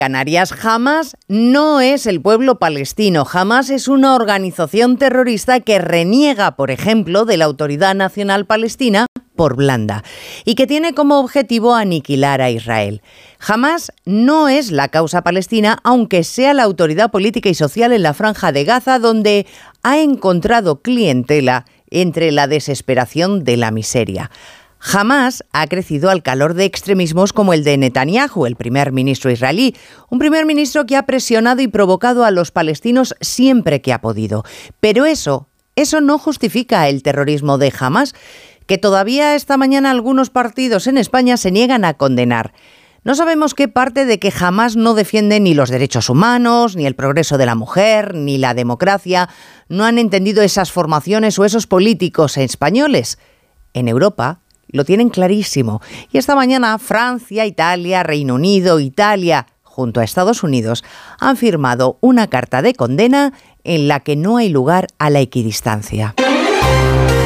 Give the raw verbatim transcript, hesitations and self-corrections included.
Canarias. Hamas no es el pueblo palestino. Hamas es una organización terrorista que reniega, por ejemplo, de la Autoridad Nacional Palestina por blanda y que tiene como objetivo aniquilar a Israel. Hamas no es la causa palestina, aunque sea la autoridad política y social en la Franja de Gaza, donde ha encontrado clientela entre la desesperación de la miseria. Hamas ha crecido al calor de extremismos como el de Netanyahu, el primer ministro israelí, un primer ministro que ha presionado y provocado a los palestinos siempre que ha podido. Pero eso, eso no justifica el terrorismo de Hamas, que todavía esta mañana algunos partidos en España se niegan a condenar. No sabemos qué parte de que Hamas no defiende ni los derechos humanos, ni el progreso de la mujer, ni la democracia. No han entendido esas formaciones o esos políticos españoles. En Europa lo tienen clarísimo. Y esta mañana Francia, Italia, Reino Unido, Italia, junto a Estados Unidos, han firmado una carta de condena en la que no hay lugar a la equidistancia.